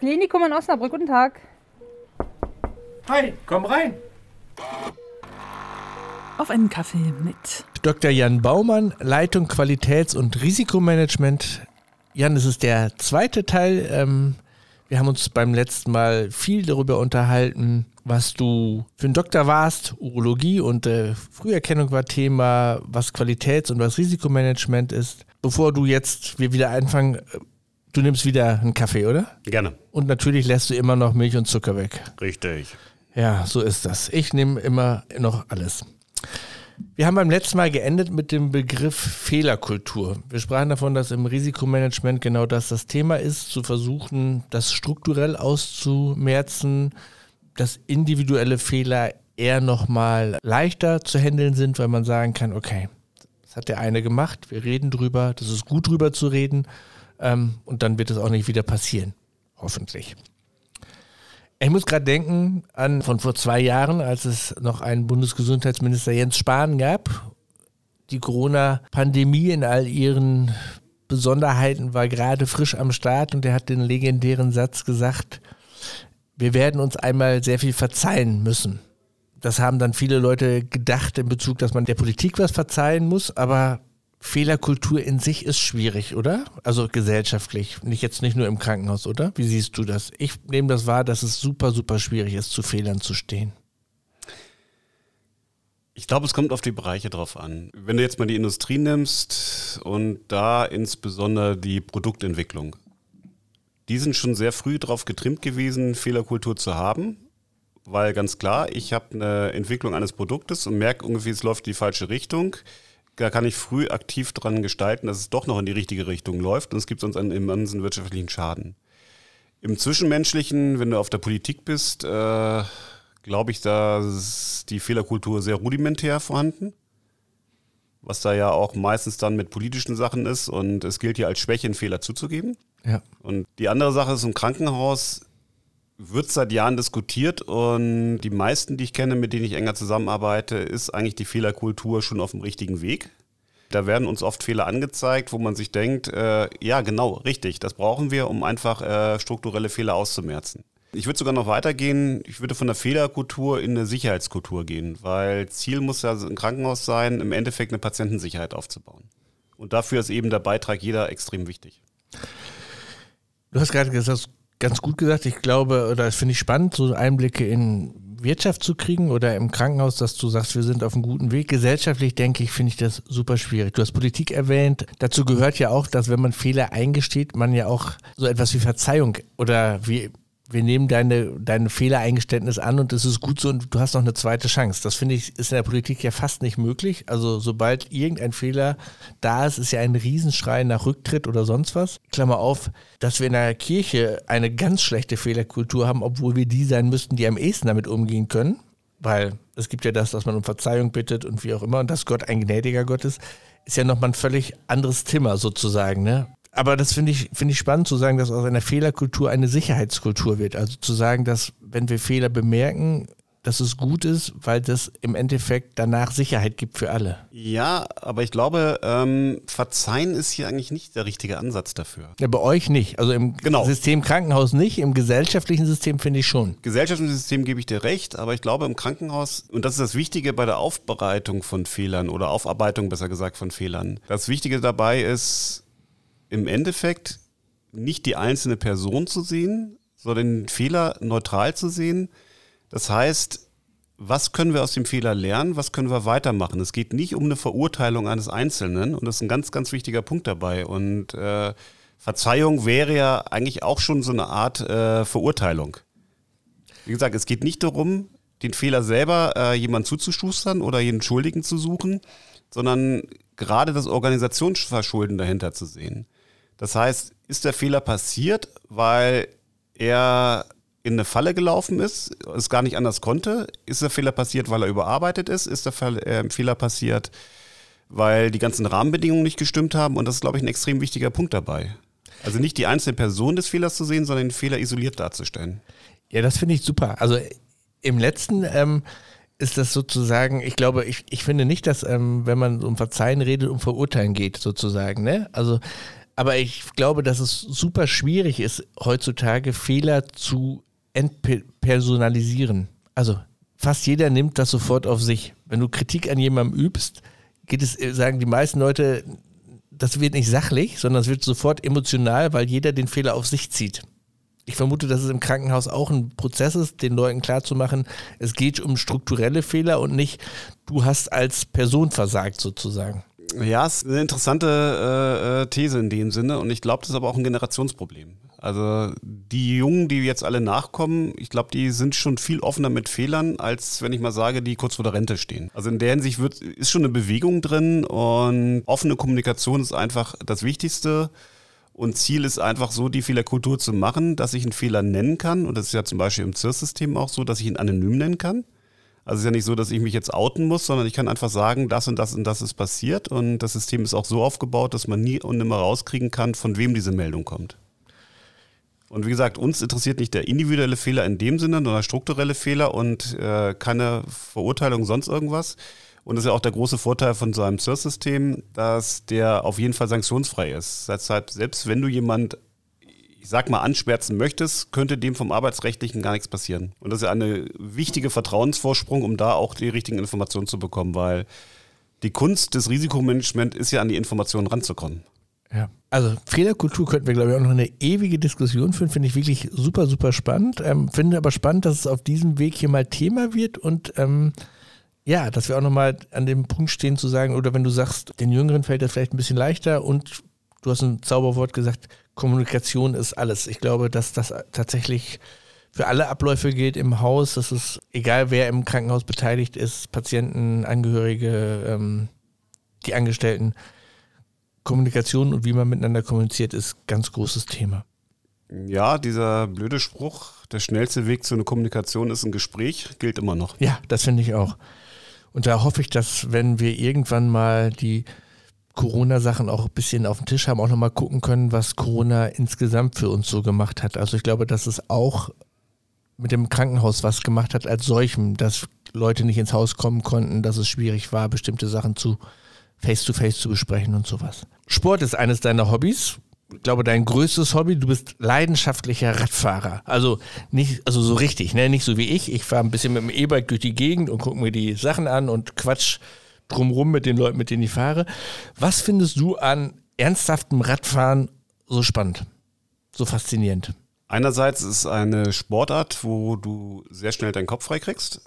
Klinikum in Osnabrück. Guten Tag. Hi, komm rein. Auf einen Kaffee mit Dr. Jan Baumann, Leitung Qualitäts- und Risikomanagement. Jan, es ist der zweite Teil. Wir haben uns beim letzten Mal viel darüber unterhalten, was du für ein Doktor warst, Urologie und Früherkennung war Thema, was Qualitäts- und was Risikomanagement ist. Bevor wir wieder anfangen, du nimmst wieder einen Kaffee, oder? Gerne. Und natürlich lässt du immer noch Milch und Zucker weg. Richtig. Ja, so ist das. Ich nehme immer noch alles. Wir haben beim letzten Mal geendet mit dem Begriff Fehlerkultur. Wir sprachen davon, dass im Risikomanagement genau das Thema ist, zu versuchen, das strukturell auszumerzen, dass individuelle Fehler eher nochmal leichter zu handeln sind, weil man sagen kann, okay, das hat der eine gemacht, wir reden drüber, das ist gut drüber zu reden und dann wird es auch nicht wieder passieren, hoffentlich. Ich muss gerade denken an von vor 2 Jahren, als es noch einen Bundesgesundheitsminister Jens Spahn gab. Die Corona-Pandemie in all ihren Besonderheiten war gerade frisch am Start und er hat den legendären Satz gesagt, wir werden uns einmal sehr viel verzeihen müssen. Das haben dann viele Leute gedacht in Bezug, dass man der Politik was verzeihen muss, aber Fehlerkultur in sich ist schwierig, oder? Also gesellschaftlich, nicht nur im Krankenhaus, oder? Wie siehst du das? Ich nehme das wahr, dass es super, super schwierig ist, zu Fehlern zu stehen. Ich glaube, es kommt auf die Bereiche drauf an. Wenn du jetzt mal die Industrie nimmst und da insbesondere die Produktentwicklung, die sind schon sehr früh darauf getrimmt gewesen, Fehlerkultur zu haben, weil ganz klar, ich habe eine Entwicklung eines Produktes und merke ungefähr, es läuft in die falsche Richtung. Da kann ich früh aktiv dran gestalten, dass es doch noch in die richtige Richtung läuft und es gibt sonst einen immensen wirtschaftlichen Schaden. Im Zwischenmenschlichen, wenn du auf der Politik bist, glaube ich, da ist die Fehlerkultur sehr rudimentär vorhanden, was da ja auch meistens dann mit politischen Sachen ist und es gilt ja als Schwäche, einen Fehler zuzugeben. Ja. Und die andere Sache ist, im Krankenhaus wird seit Jahren diskutiert und die meisten, die ich kenne, mit denen ich enger zusammenarbeite, ist eigentlich die Fehlerkultur schon auf dem richtigen Weg. Da werden uns oft Fehler angezeigt, wo man sich denkt, ja genau, richtig, das brauchen wir, um einfach strukturelle Fehler auszumerzen. Ich würde sogar noch weitergehen, ich würde von der Fehlerkultur in eine Sicherheitskultur gehen, weil Ziel muss ja im Krankenhaus sein, im Endeffekt eine Patientensicherheit aufzubauen. Und dafür ist eben der Beitrag jeder extrem wichtig. Du hast gerade gesagt, ganz gut gesagt, ich glaube, oder das finde ich spannend, so Einblicke in Wirtschaft zu kriegen oder im Krankenhaus, dass du sagst, wir sind auf einem guten Weg. Gesellschaftlich, denke ich, finde ich das super schwierig. Du hast Politik erwähnt. Dazu gehört ja auch, dass wenn man Fehler eingesteht, man ja auch so etwas wie Verzeihung oder wie wir nehmen deine Fehlereingeständnis an und es ist gut so und du hast noch eine zweite Chance. Das finde ich, ist in der Politik ja fast nicht möglich. Also sobald irgendein Fehler da ist ja ein Riesenschrei nach Rücktritt oder sonst was. Klammer auf, dass wir in der Kirche eine ganz schlechte Fehlerkultur haben, obwohl wir die sein müssten, die am ehesten damit umgehen können. Weil es gibt ja das, dass man um Verzeihung bittet und wie auch immer und dass Gott ein gnädiger Gott ist ja nochmal ein völlig anderes Thema sozusagen, ne? Aber das finde ich spannend zu sagen, dass aus einer Fehlerkultur eine Sicherheitskultur wird. Also zu sagen, dass wenn wir Fehler bemerken, dass es gut ist, weil das im Endeffekt danach Sicherheit gibt für alle. Ja, aber ich glaube, Verzeihen ist hier eigentlich nicht der richtige Ansatz dafür. Ja, bei euch nicht. Also im System Krankenhaus nicht, im gesellschaftlichen System finde ich schon. Gesellschaftlichen System gebe ich dir recht, aber ich glaube im Krankenhaus, und das ist das Wichtige bei der Aufbereitung von Fehlern oder Aufarbeitung besser gesagt von Fehlern, das Wichtige dabei ist, im Endeffekt nicht die einzelne Person zu sehen, sondern den Fehler neutral zu sehen. Das heißt, was können wir aus dem Fehler lernen, was können wir weitermachen? Es geht nicht um eine Verurteilung eines Einzelnen und das ist ein ganz, ganz wichtiger Punkt dabei. Und Verzeihung wäre ja eigentlich auch schon so eine Art Verurteilung. Wie gesagt, es geht nicht darum, den Fehler selber jemand zuzuschustern oder jeden Schuldigen zu suchen, sondern gerade das Organisationsverschulden dahinter zu sehen. Das heißt, ist der Fehler passiert, weil er in eine Falle gelaufen ist, es gar nicht anders konnte? Ist der Fehler passiert, weil er überarbeitet ist? Ist der Fehler passiert, weil die ganzen Rahmenbedingungen nicht gestimmt haben? Und das ist, glaube ich, ein extrem wichtiger Punkt dabei. Also nicht die einzelne Person des Fehlers zu sehen, sondern den Fehler isoliert darzustellen. Ja, das finde ich super. Also im letzten ist das sozusagen, ich glaube, ich finde nicht, dass wenn man um Verzeihen redet, um Verurteilen geht sozusagen, ne? Also Aber ich glaube, dass es super schwierig ist, heutzutage Fehler zu entpersonalisieren. Also fast jeder nimmt das sofort auf sich. Wenn du Kritik an jemandem übst, sagen die meisten Leute, das wird nicht sachlich, sondern es wird sofort emotional, weil jeder den Fehler auf sich zieht. Ich vermute, dass es im Krankenhaus auch ein Prozess ist, den Leuten klarzumachen, es geht um strukturelle Fehler und nicht, du hast als Person versagt sozusagen. Ja, es ist eine interessante These in dem Sinne und ich glaube, das ist aber auch ein Generationsproblem. Also die Jungen, die jetzt alle nachkommen, ich glaube, die sind schon viel offener mit Fehlern, als wenn ich mal sage, die kurz vor der Rente stehen. Also in der Hinsicht ist schon eine Bewegung drin und offene Kommunikation ist einfach das Wichtigste. Und Ziel ist einfach so, die Fehlerkultur zu machen, dass ich einen Fehler nennen kann. Und das ist ja zum Beispiel im CIRS-System auch so, dass ich ihn anonym nennen kann. Also es ist ja nicht so, dass ich mich jetzt outen muss, sondern ich kann einfach sagen, das und das und das ist passiert. Und das System ist auch so aufgebaut, dass man nie und nimmer rauskriegen kann, von wem diese Meldung kommt. Und wie gesagt, uns interessiert nicht der individuelle Fehler in dem Sinne, sondern der strukturelle Fehler und keine Verurteilung, sonst irgendwas. Und das ist ja auch der große Vorteil von so einem CIRS-System, dass der auf jeden Fall sanktionsfrei ist. Deshalb, selbst wenn du jemand, ich sag mal, anschwärzen möchtest, könnte dem vom Arbeitsrechtlichen gar nichts passieren. Und das ist ja eine wichtige Vertrauensvorsprung, um da auch die richtigen Informationen zu bekommen, weil die Kunst des Risikomanagements ist ja, an die Informationen ranzukommen. Ja, also Fehlerkultur könnten wir, glaube ich, auch noch eine ewige Diskussion führen, finde ich wirklich super, super spannend. Finde aber spannend, dass es auf diesem Weg hier mal Thema wird und ja, dass wir auch nochmal an dem Punkt stehen zu sagen, oder wenn du sagst, den Jüngeren fällt das vielleicht ein bisschen leichter und du hast ein Zauberwort gesagt, Kommunikation ist alles. Ich glaube, dass das tatsächlich für alle Abläufe gilt im Haus, dass es, egal wer im Krankenhaus beteiligt ist, Patienten, Angehörige, die Angestellten, Kommunikation und wie man miteinander kommuniziert, ist ganz großes Thema. Ja, dieser blöde Spruch, der schnellste Weg zu einer Kommunikation ist ein Gespräch, gilt immer noch. Ja, das finde ich auch. Und da hoffe ich, dass wenn wir irgendwann mal die Corona-Sachen auch ein bisschen auf dem Tisch haben, auch nochmal gucken können, was Corona insgesamt für uns so gemacht hat. Also ich glaube, dass es auch mit dem Krankenhaus was gemacht hat als solchem, dass Leute nicht ins Haus kommen konnten, dass es schwierig war, bestimmte Sachen face-to-face zu besprechen und sowas. Sport ist eines deiner Hobbys. Ich glaube, dein größtes Hobby, du bist leidenschaftlicher Radfahrer. Also so richtig, ne? Nicht so wie ich. Ich fahre ein bisschen mit dem E-Bike durch die Gegend und gucke mir die Sachen an und quatsch drumrum mit den Leuten, mit denen ich fahre. Was findest du an ernsthaftem Radfahren so spannend, so faszinierend? Einerseits ist es eine Sportart, wo du sehr schnell deinen Kopf frei kriegst,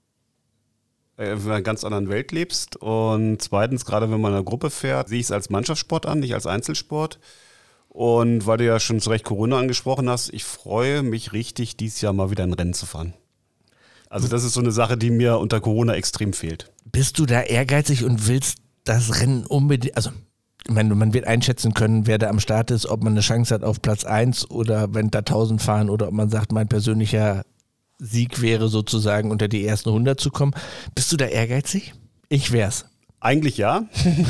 in einer ganz anderen Welt lebst. Und zweitens, gerade wenn man in einer Gruppe fährt, sehe ich es als Mannschaftssport an, nicht als Einzelsport. Und weil du ja schon zu Recht Corona angesprochen hast, ich freue mich richtig, dieses Jahr mal wieder ein Rennen zu fahren. Also das ist so eine Sache, die mir unter Corona extrem fehlt. Bist du da ehrgeizig und willst das Rennen unbedingt, also ich meine, man wird einschätzen können, wer da am Start ist, ob man eine Chance hat auf Platz 1 oder wenn da 1000 fahren oder ob man sagt, mein persönlicher Sieg wäre sozusagen unter die ersten 100 zu kommen. Bist du da ehrgeizig? Ich wär's. Eigentlich ja.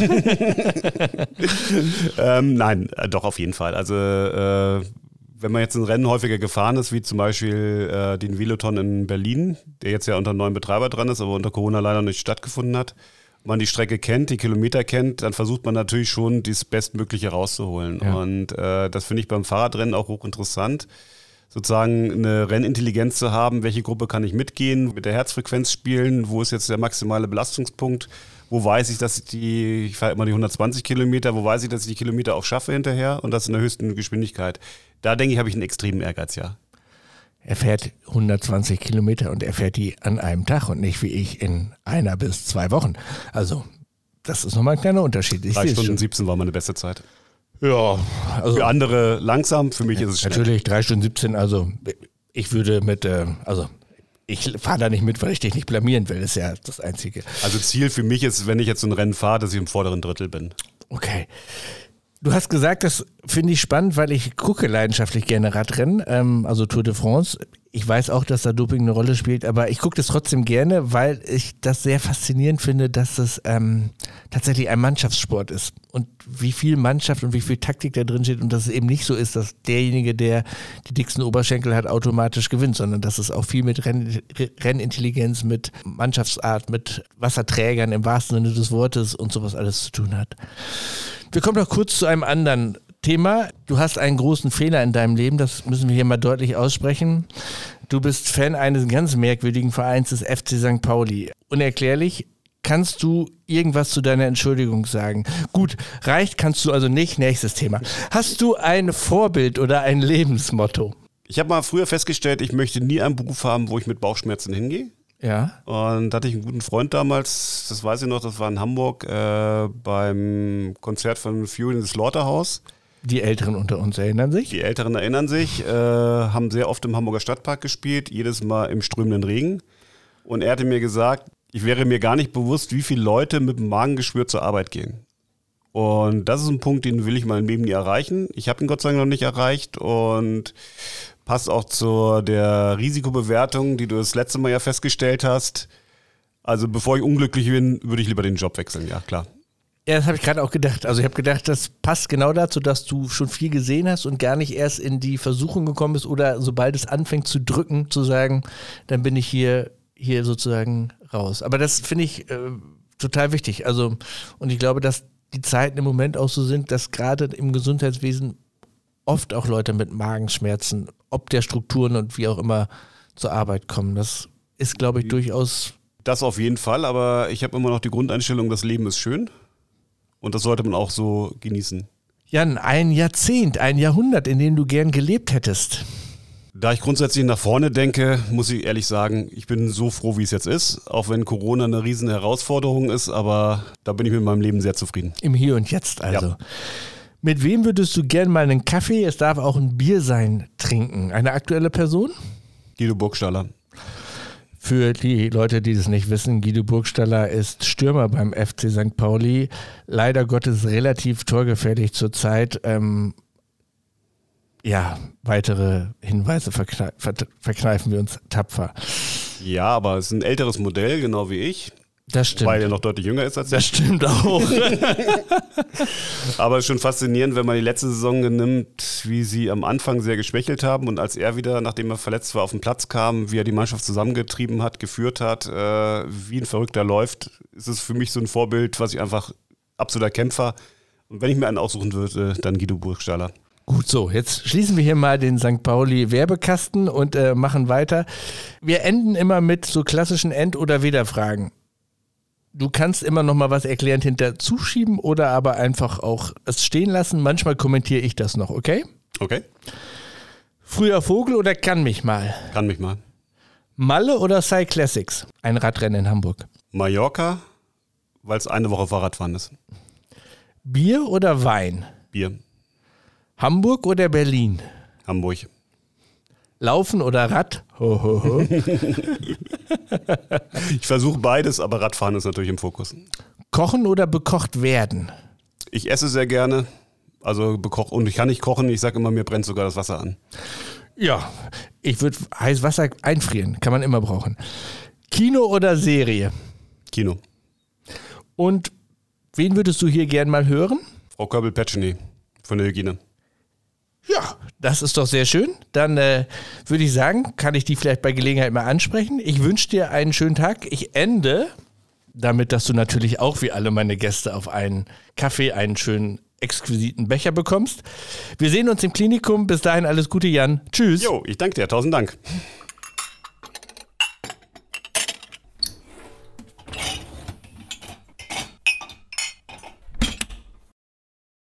Nein, doch auf jeden Fall. Also wenn man jetzt ein Rennen häufiger gefahren ist, wie zum Beispiel den Veloton in Berlin, der jetzt ja unter einem neuen Betreiber dran ist, aber unter Corona leider nicht stattgefunden hat, man die Strecke kennt, die Kilometer kennt, dann versucht man natürlich schon, das Bestmögliche rauszuholen. Ja. Und das finde ich beim Fahrradrennen auch hochinteressant, sozusagen eine Rennintelligenz zu haben, welche Gruppe kann ich mitgehen, mit der Herzfrequenz spielen, wo ist jetzt der maximale Belastungspunkt, wo weiß ich, dass ich fahre immer die 120 Kilometer, wo weiß ich, dass ich die Kilometer auch schaffe hinterher und das in der höchsten Geschwindigkeit. Da denke ich, habe ich einen extremen Ehrgeiz, ja. Er fährt 120 Kilometer und er fährt die an einem Tag und nicht wie ich in 1 bis 2 Wochen. Also das ist nochmal ein kleiner Unterschied. 3 Stunden 17 war meine beste Zeit. Ja, also für andere langsam, für mich ist es schnell. Natürlich 3 Stunden 17, also ich würde ich fahre da nicht mit, weil ich dich nicht blamieren will, ist ja das Einzige. Also Ziel für mich ist, wenn ich jetzt so ein Rennen fahre, dass ich im vorderen Drittel bin. Okay. Du hast gesagt, das finde ich spannend, weil ich gucke leidenschaftlich gerne Radrennen, also Tour de France. Ich weiß auch, dass da Doping eine Rolle spielt, aber ich gucke das trotzdem gerne, weil ich das sehr faszinierend finde, dass es tatsächlich ein Mannschaftssport ist. Und wie viel Mannschaft und wie viel Taktik da drin steht und dass es eben nicht so ist, dass derjenige, der die dicksten Oberschenkel hat, automatisch gewinnt, sondern dass es auch viel mit Rennintelligenz, mit Mannschaftsart, mit Wasserträgern im wahrsten Sinne des Wortes und sowas alles zu tun hat. Wir kommen noch kurz zu einem anderen Thema. Du hast einen großen Fehler in deinem Leben, das müssen wir hier mal deutlich aussprechen. Du bist Fan eines ganz merkwürdigen Vereins des FC St. Pauli. Unerklärlich. Kannst du irgendwas zu deiner Entschuldigung sagen? Gut, reicht kannst du also nicht. Nächstes Thema. Hast du ein Vorbild oder ein Lebensmotto? Ich habe mal früher festgestellt, ich möchte nie einen Beruf haben, wo ich mit Bauchschmerzen hingehe. Ja. Und da hatte ich einen guten Freund damals, das weiß ich noch, das war in Hamburg beim Konzert von Fury in the Slaughterhouse. Die Älteren unter uns erinnern sich? Die Älteren erinnern sich, haben sehr oft im Hamburger Stadtpark gespielt, jedes Mal im strömenden Regen. Und er hatte mir gesagt, ich wäre mir gar nicht bewusst, wie viele Leute mit dem Magengeschwür zur Arbeit gehen. Und das ist ein Punkt, den will ich mal im Leben nie erreichen. Ich habe ihn Gott sei Dank noch nicht erreicht und passt auch zu der Risikobewertung, die du das letzte Mal ja festgestellt hast. Also bevor ich unglücklich bin, würde ich lieber den Job wechseln, ja klar. Ja, das habe ich gerade auch gedacht. Also ich habe gedacht, das passt genau dazu, dass du schon viel gesehen hast und gar nicht erst in die Versuchung gekommen bist oder sobald es anfängt zu drücken, zu sagen, dann bin ich hier sozusagen raus. Aber das finde ich total wichtig. Also, und ich glaube, dass die Zeiten im Moment auch so sind, dass gerade im Gesundheitswesen oft auch Leute mit Magenschmerzen, ob der Strukturen und wie auch immer, zur Arbeit kommen. Das ist, glaube ich, durchaus... Das auf jeden Fall, aber ich habe immer noch die Grundeinstellung, das Leben ist schön. Und das sollte man auch so genießen. Jan, ein Jahrzehnt, ein Jahrhundert, in dem du gern gelebt hättest. Da ich grundsätzlich nach vorne denke, muss ich ehrlich sagen, ich bin so froh, wie es jetzt ist. Auch wenn Corona eine riesen Herausforderung ist, aber da bin ich mit meinem Leben sehr zufrieden. Im Hier und Jetzt also. Ja. Mit wem würdest du gern mal einen Kaffee, es darf auch ein Bier sein, trinken? Eine aktuelle Person? Guido Burgstaller. Für die Leute, die das nicht wissen, Guido Burgstaller ist Stürmer beim FC St. Pauli. Leider Gottes relativ torgefährlich zurzeit. Weitere Hinweise verkneifen wir uns tapfer. Ja, aber es ist ein älteres Modell, genau wie ich. Das stimmt. Weil er noch deutlich jünger ist als ich. Das stimmt auch. Aber es ist schon faszinierend, wenn man die letzte Saison nimmt, wie sie am Anfang sehr geschwächelt haben und als er wieder, nachdem er verletzt war, auf den Platz kam, wie er die Mannschaft zusammengetrieben hat, geführt hat, wie ein Verrückter läuft, ist es für mich so ein Vorbild, was ich einfach absoluter Kämpfer. Und wenn ich mir einen aussuchen würde, dann Guido Burgstaller. Gut, so, jetzt schließen wir hier mal den St. Pauli Werbekasten und machen weiter. Wir enden immer mit so klassischen End- oder Weder-Fragen. Du kannst immer noch mal was erklärend hinterzuschieben oder aber einfach auch es stehen lassen. Manchmal kommentiere ich das noch, okay? Okay. Früher Vogel oder Kann mich mal? Kann mich mal. Malle oder Cy Classics? Ein Radrennen in Hamburg. Mallorca, weil es eine Woche Fahrradfahren ist. Bier oder Wein? Bier. Hamburg oder Berlin? Hamburg. Laufen oder Rad? Ho, ho, ho. Ich versuche beides, aber Radfahren ist natürlich im Fokus. Kochen oder bekocht werden? Ich esse sehr gerne, also und ich kann nicht kochen. Ich sage immer, mir brennt sogar das Wasser an. Ja, ich würde heißes Wasser einfrieren, kann man immer brauchen. Kino oder Serie? Kino. Und wen würdest du hier gern mal hören? Frau Körbel-Petscheny von der Hygiene. Ja, das ist doch sehr schön. Dann würde ich sagen, kann ich die vielleicht bei Gelegenheit mal ansprechen. Ich wünsche dir einen schönen Tag. Ich ende damit, dass du natürlich auch wie alle meine Gäste auf einen Kaffee einen schönen exquisiten Becher bekommst. Wir sehen uns im Klinikum. Bis dahin alles Gute, Jan. Tschüss. Jo, ich danke dir. 1000 Dank.